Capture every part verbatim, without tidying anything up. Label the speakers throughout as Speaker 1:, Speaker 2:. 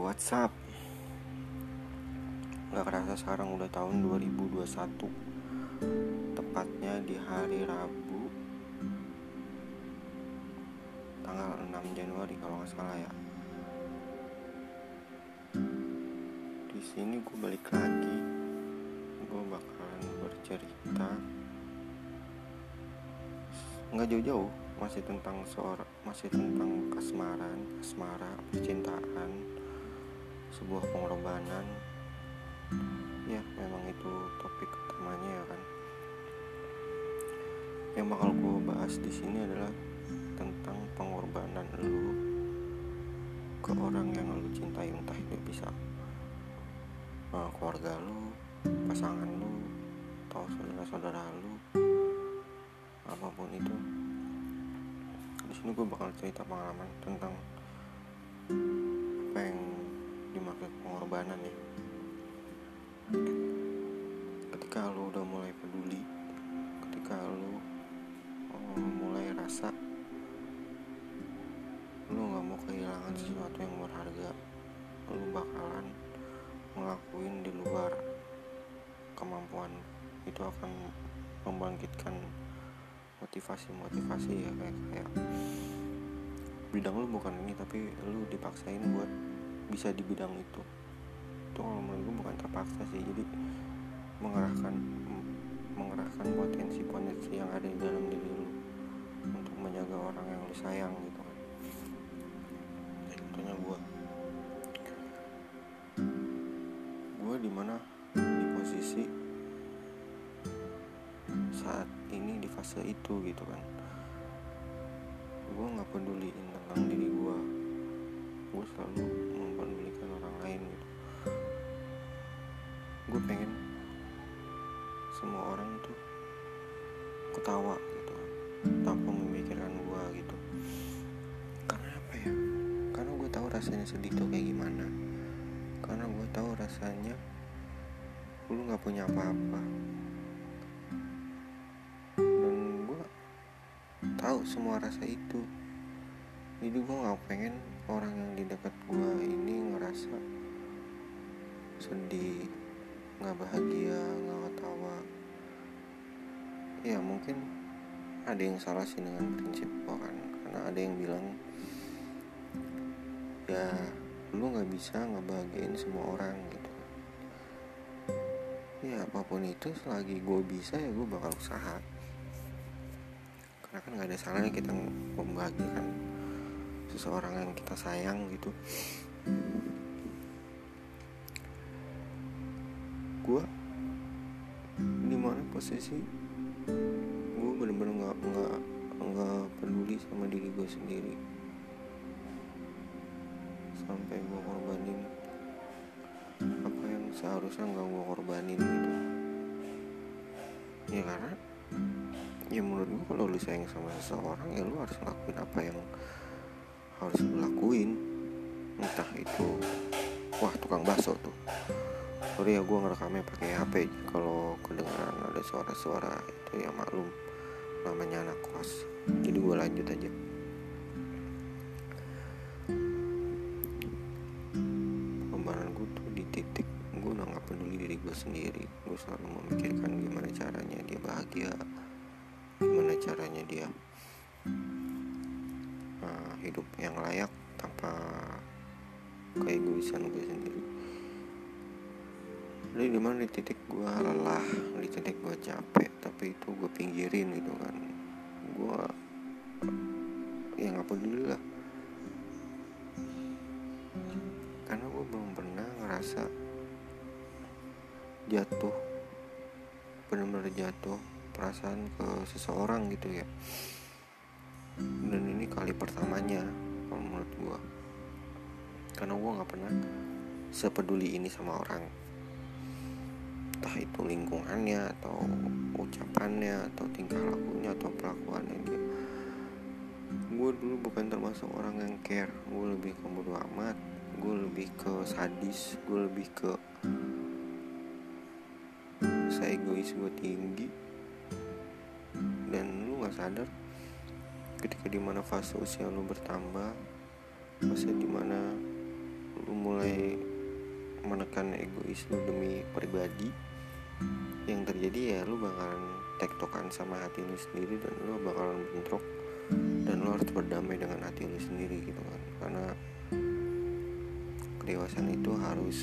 Speaker 1: What's up? Gak kerasa sekarang udah tahun dua ribu dua puluh satu. Tepatnya di hari Rabu tanggal enam Januari kalau gak salah ya. Di sini gue balik lagi. Gue bakalan bercerita nggak jauh-jauh, masih tentang seorang, masih tentang kasmaran, asmara, percintaan, sebuah pengorbanan. Ya, memang itu topik utamanya ya kan. Yang bakal gue bahas di sini adalah tentang pengorbanan lu ke orang yang lu cintai, entah itu bisa uh, keluarga lu, pasangan lu, atau saudara-saudara lu, apapun itu. Di sini gue bakal cerita pengalaman tentang apa yang dimaksud pengorbanan ya. Ketika lu udah mulai peduli, ketika lu uh, mulai rasa lu gak mau kehilangan sesuatu yang berharga, lu bakalan ngelakuin di luar kemampuan. Itu akan membangkitkan motivasi-motivasi ya, kayak kayak bidang lu bukan ini tapi lu dipaksain buat bisa di bidang itu. Itu kalau menurut gue bukan terpaksa sih, jadi mengerahkan mengerahkan potensi-potensi yang ada di dalam diri lu untuk menjaga orang yang lu sayang gitu kan. Contohnya gue gue dimana di posisi saat ini di fase itu gitu kan. Gue nggak peduliin tentang diri gue, gue selalu mempedulikan orang lain gitu. Gue pengen semua orang tuh ketawa gitu kan, tanpa memikirkan gue gitu. Karena apa ya? Karena gue tahu rasanya sedih tuh kayak gimana. Karena gue tahu rasanya lu nggak punya apa-apa. Dan gue tahu semua rasa itu. Jadi gue nggak pengen orang yang di dekat gue ini ngerasa sedih, nggak bahagia, nggak ketawa. Ya mungkin ada yang salah sih dengan prinsip gue kan. Karena ada yang bilang ya lu nggak bisa ngebahagiain semua orang gitu. Ya apapun itu, selagi gue bisa ya gue bakal usaha. Karena kan gak ada salahnya kita membahagiakan seseorang yang kita sayang gitu. Gue dimana posisi gue bener-bener gak, gak, gak peduli sama diri gue sendiri, sampai gue korbanin apa yang seharusnya gak gue korbanin gitu. Ya karena ya menurut gue kalau lu sayang sama seseorang ya lu harus lakuin apa yang harus lu lakuin. Entah itu, wah tukang bakso tuh, sorry ya gue ngerekamnya pakai H P, kalau kedengaran ada suara-suara itu ya maklum, namanya anak kos. Jadi gue lanjut aja. Pengorbanan gue tuh di titik gue udah gak peduli diri gue sendiri. Gue selalu memikirkan gimana caranya dia bahagia, gimana caranya dia uh, hidup yang layak tanpa keegoisan gue sendiri. Jadi dimana di titik gue lelah, di titik gue capek, tapi itu gue pinggirin gitu kan. Gue ya gak peduli lah, karena gue belum pernah ngerasa jatuh, benar-benar jatuh perasaan ke seseorang gitu ya. Dan ini kali pertamanya kalau menurut gue, karena gue gak pernah sepeduli ini sama orang. Entah itu lingkungannya, atau ucapannya, atau tingkah lakunya, atau pelakuannya dia. Gue dulu bukan termasuk orang yang care. Gue lebih ke bodo amat, gue lebih ke sadis, gue lebih ke se-egois gue tinggi. Dan lu gak sadar ketika dimana fase usia lu bertambah, fase dimana lu mulai menekan egois lu demi pribadi, yang terjadi ya lu bakalan tektokan sama hati lu sendiri, dan lu bakalan bentrok, dan lu harus berdamai dengan hati lu sendiri gitu kan. Karena kedewasaan itu harus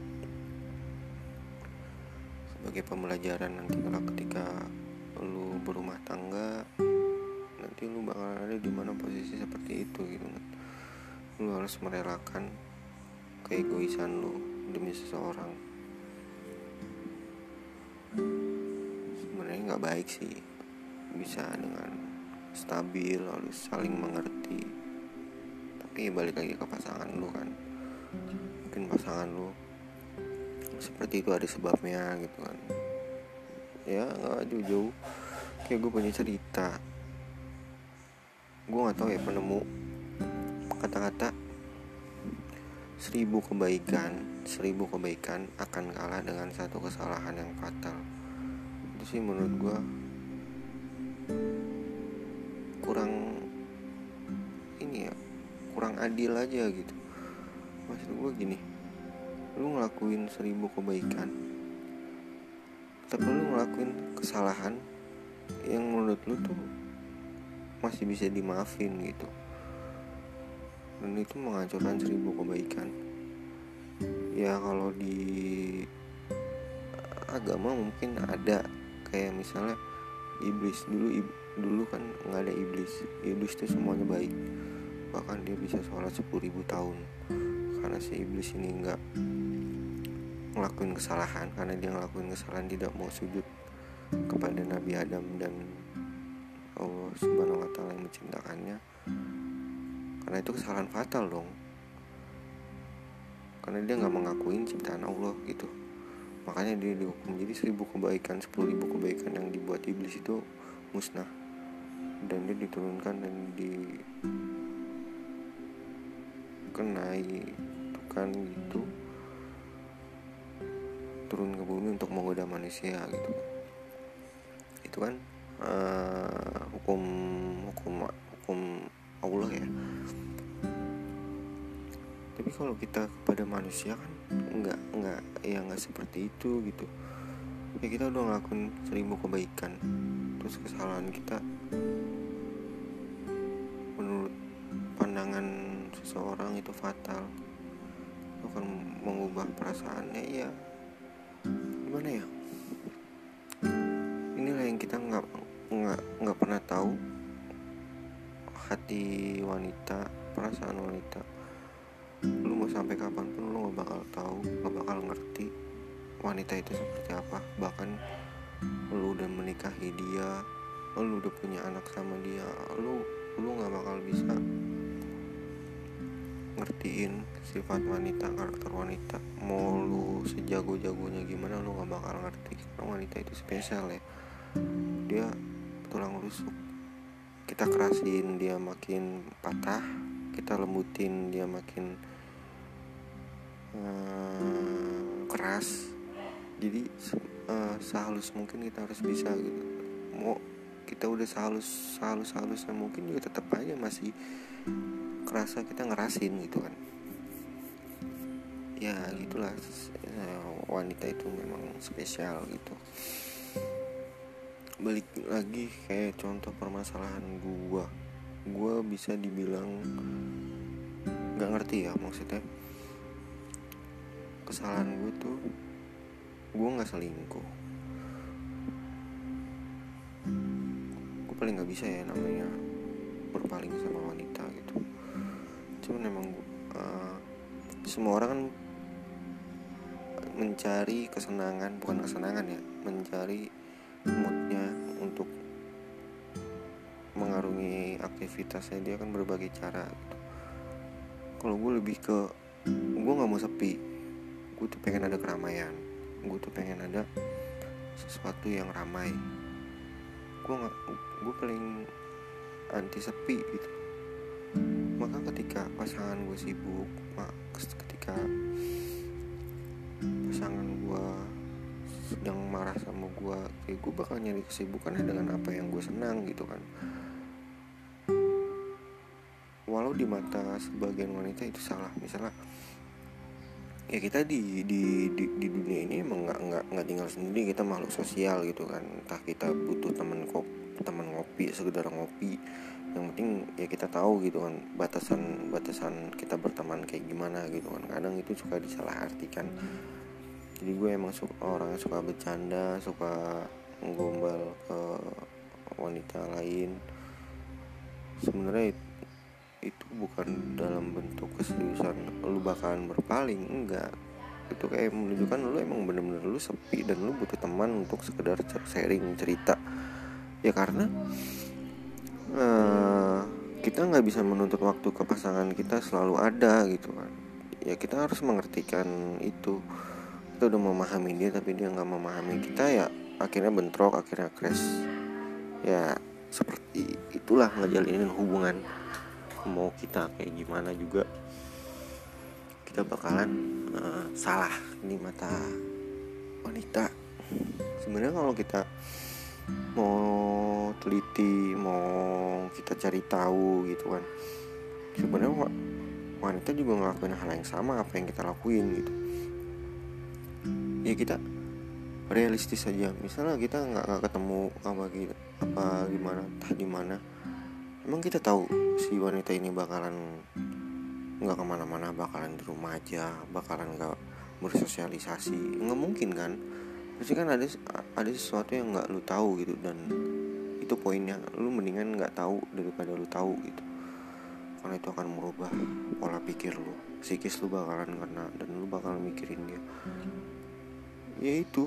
Speaker 1: sebagai pembelajaran nanti kalau ketika lu berumah tangga, nanti lu bakalan ada di mana posisi seperti itu gitu kan. Lu harus merelakan keegoisan lu demi seseorang. Sebenarnya nggak baik sih, bisa dengan stabil lalu saling mengerti, tapi balik lagi ke pasangan lu kan. Mungkin pasangan lu seperti itu ada sebabnya gitu kan. Ya nggak jauh-jauh, kayak gue punya cerita, gue nggak tahu ya penemu kata-kata seribu kebaikan seribu kebaikan akan kalah dengan satu kesalahan yang fatal. Itu sih menurut gue kurang ini ya, kurang adil aja gitu. Maksud gue gini, lu ngelakuin seribu kebaikan tapi lu ngelakuin kesalahan yang menurut lu tuh masih bisa dimaafin gitu, dan itu menghancurkan seribu kebaikan. Ya kalau di agama mungkin ada, kayak misalnya iblis dulu dulu kan nggak ada iblis. Iblis itu semuanya baik, bahkan dia bisa sholat sepuluh ribu tahun karena si iblis ini nggak ngelakuin kesalahan. Karena dia ngelakuin kesalahan, tidak mau sujud kepada Nabi Adam dan Allah Subhanahu wa Ta'ala yang menciptakannya. Karena itu kesalahan fatal dong, karena dia nggak mengakuin ciptaan Allah gitu. Makanya dia dihukum. Jadi seribu kebaikan, sepuluh ribu kebaikan yang dibuat iblis itu musnah, dan dia diturunkan dan dikenai tukan gitu, turun ke bumi untuk menggoda manusia gitu. Itu kan uh, hukum hukum hukum Allah ya. Tapi kalau kita kepada manusia kan enggak enggak ya enggak seperti itu gitu. Ya kita udah ngelakuin seribu kebaikan, terus kesalahan kita menurut pandangan seseorang itu fatal, itu akan mengubah perasaannya. Ya gimana ya, inilah yang kita nggak nggak nggak pernah tahu hati wanita, perasaan wanita. Lu mau sampai kapanpun lu nggak bakal tahu, nggak bakal ngerti wanita itu seperti apa. Bahkan lu udah menikahi dia, lu udah punya anak sama dia, lu lu nggak bakal bisa ngertiin sifat wanita, karakter wanita. Mau lu sejago-jagonya gimana, lu nggak bakal ngerti. Karena wanita itu spesial ya, dia tulang rusuk. Kita kerasin dia makin patah, kita lembutin dia makin uh, keras. Jadi uh, sehalus mungkin kita harus bisa gitu. Mau kita udah sehalus sehalus halusnya mungkin juga tetap aja masih kerasa kita ngerasin gitu kan. Ya gitulah, wanita itu memang spesial gitu. Balik lagi kayak contoh permasalahan gua gua bisa dibilang gak ngerti ya, maksudnya kesalahan gue tuh gue gak selingkuh. Gue paling gak bisa ya namanya berpaling sama wanita gitu. Cuman emang uh, semua orang kan mencari kesenangan, bukan kesenangan ya, mencari moodnya untuk mengarungi aktivitasnya dia kan berbagai cara gitu. Kalau gue lebih ke gue nggak mau sepi, gue tuh pengen ada keramaian, gue tuh pengen ada sesuatu yang ramai. Gue nggak, gue paling anti sepi gitu. Maka ketika pasangan gue sibuk, ketika pasangan gue sedang marah sama gue, kayak gue bakal nyari kesibukannya dengan apa yang gue senang gitu kan. Walau di mata sebagian wanita itu salah. Misalnya ya kita di di di, di dunia ini emang nggak nggak nggak tinggal sendiri, kita makhluk sosial gitu kan. Entah kita butuh teman kop teman ngopi, sekedar ngopi, yang penting ya kita tahu gitu kan batasan batasan kita berteman kayak gimana gitu kan. Kadang itu suka disalahartikan. Jadi gue emang suka, orang yang suka bercanda, suka menggombal ke wanita lain. Sebenarnya itu bukan dalam bentuk keseriusan lu bakalan berpaling, enggak. Itu kayak menunjukkan lu emang bener-bener lu sepi dan lu butuh teman untuk sekedar sharing cerita. Ya karena uh, kita nggak bisa menuntut waktu ke pasangan kita selalu ada gitu kan. Ya kita harus mengertikan itu. Kita udah memahami dia tapi dia nggak memahami kita, ya akhirnya bentrok, akhirnya crash. Ya seperti itulah ngejalinin hubungan. Mau kita kayak gimana juga kita bakalan uh, salah di mata wanita. Sebenarnya kalau kita mau teliti, mau kita cari tahu gitu kan, sebenarnya wanita juga ngelakuin hal yang sama apa yang kita lakuin gitu. Ya kita realistis aja. Misalnya kita nggak nggak ketemu apa gitu, apa gimana, entah di mana. Emang kita tahu si wanita ini bakalan nggak kemana-mana, bakalan di rumah aja, bakalan nggak bersosialisasi? Nggak mungkin kan? Pasti kan ada ada sesuatu yang nggak lu tahu gitu, dan itu poinnya. Lu mendingan nggak tahu daripada lu tahu gitu, karena itu akan merubah pola pikir lu, psikis lu bakalan kena, dan lu bakalan mikirin dia. Ya itu,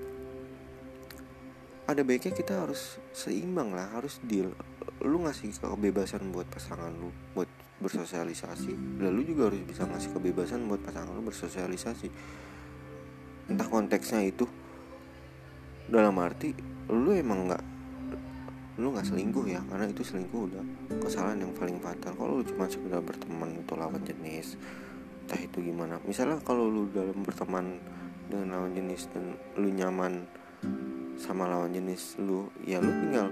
Speaker 1: ada baiknya kita harus seimbang lah, harus deal. Lu ngasih kebebasan buat pasangan lu buat bersosialisasi, lalu juga harus bisa ngasih kebebasan buat pasangan lu bersosialisasi. Entah konteksnya itu dalam arti lu emang nggak lu nggak selingkuh ya, karena itu selingkuh udah kesalahan yang paling fatal. Kalau lu cuma sekedar berteman untuk lawan jenis, entah itu gimana. Misalnya kalau lu dalam berteman dengan lawan jenis dan lu nyaman sama lawan jenis lu, ya lu tinggal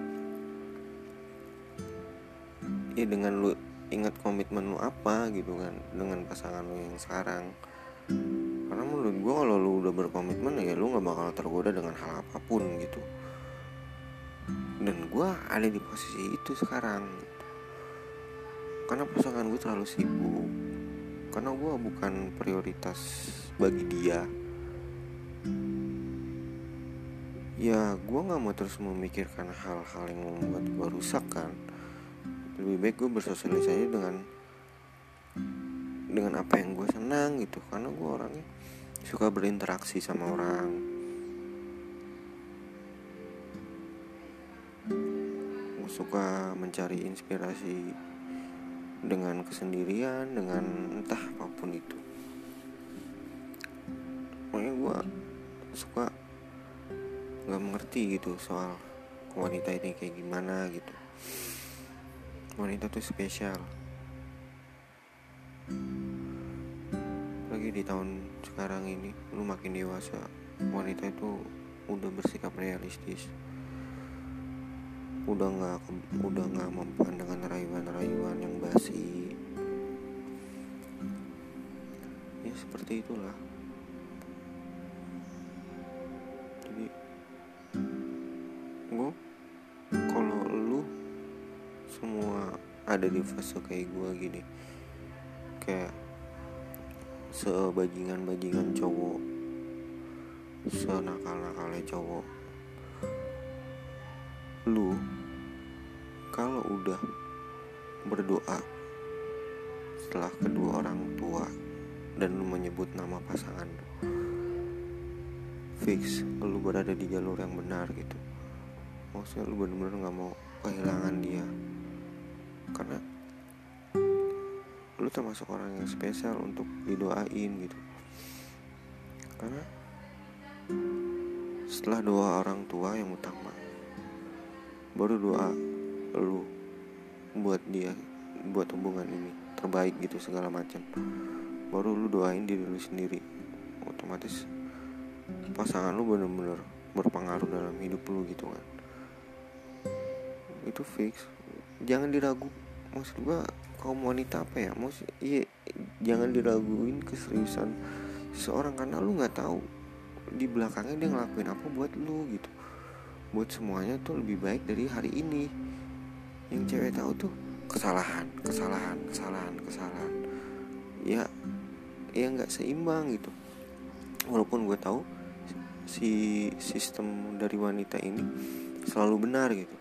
Speaker 1: ya dengan lu ingat komitmen lu apa gitu kan dengan pasangan lu yang sekarang. Karena menurut gue kalau lu udah berkomitmen ya lu gak bakal tergoda dengan hal apapun gitu. Dan gue ada di posisi itu sekarang karena pasangan gue terlalu sibuk, karena gue bukan prioritas bagi dia. Ya gue gak mau terus memikirkan hal-hal yang membuat gue rusak kan. Lebih baik gue bersosialisasi dengan dengan apa yang gue senang gitu, karena gue orangnya suka berinteraksi sama orang. Gue suka mencari inspirasi dengan kesendirian, dengan entah apapun itu. Makanya gue suka gak mengerti gitu soal wanita ini kayak gimana gitu. Wanita tuh spesial. Lagi di tahun sekarang ini, lu makin dewasa, wanita itu udah bersikap realistis. Udah nggak udah nggak mempan dengan rayuan-rayuan yang basi. Ya seperti itulah. Jadi gue kalau lu semua ada di fase kayak gue gini, kayak sebajingan-bajingan cowok, senakal-nakalnya cowok, lu kalau udah berdoa setelah kedua orang tua dan lu menyebut nama pasangan lu, fix lu berada di jalur yang benar gitu. Maksudnya lu benar-benar gak mau kehilangan dia, karena lu termasuk orang yang spesial untuk didoain gitu. Karena setelah doa orang tua yang utama, baru doa lu buat dia, buat hubungan ini terbaik gitu segala macam. Baru lu doain diri lu sendiri. Otomatis pasangan lu benar-benar berpengaruh dalam hidup lu gitu kan. Itu fix. Jangan diragu. Maksud gua kaum wanita apa ya? Maksud iya, jangan diraguin keseriusan seorang, karena lu nggak tahu di belakangnya dia ngelakuin apa buat lu gitu, buat semuanya tuh lebih baik dari hari ini. Yang cewek tahu tuh kesalahan, kesalahan, kesalahan, kesalahan. Ya, ya nggak seimbang gitu. Walaupun gue tahu si sistem dari wanita ini selalu benar gitu.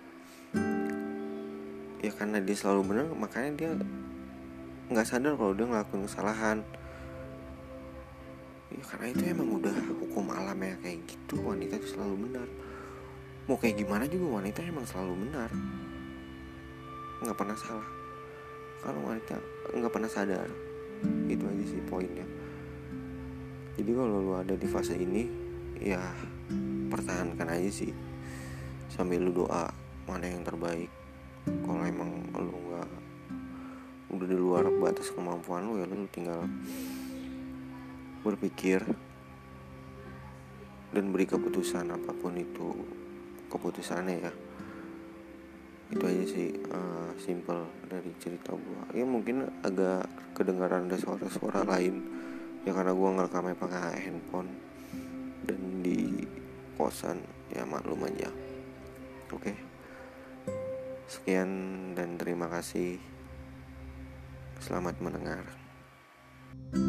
Speaker 1: Ya karena dia selalu benar, makanya dia nggak sadar kalau dia ngelakuin kesalahan. Ya karena itu emang udah hukum alam ya kayak gitu, wanita itu selalu benar. Mau kayak gimana juga wanita emang selalu benar, nggak pernah salah. Kalau wanita nggak pernah sadar, itu aja sih poinnya. Jadi kalau lu ada di fase ini, ya pertahankan aja sih, sambil lu doa mana yang terbaik. Kalau emang lu nggak, udah di luar batas kemampuan lu, ya lu tinggal berpikir dan beri keputusan apapun itu keputusannya ya. Itu aja sih, uh, simple dari cerita gue. Ya mungkin agak kedengaran ada suara-suara lain ya karena gue ngerekamnya pakai handphone dan di kosan, ya maklum aja. Oke, sekian dan terima kasih. Selamat mendengar.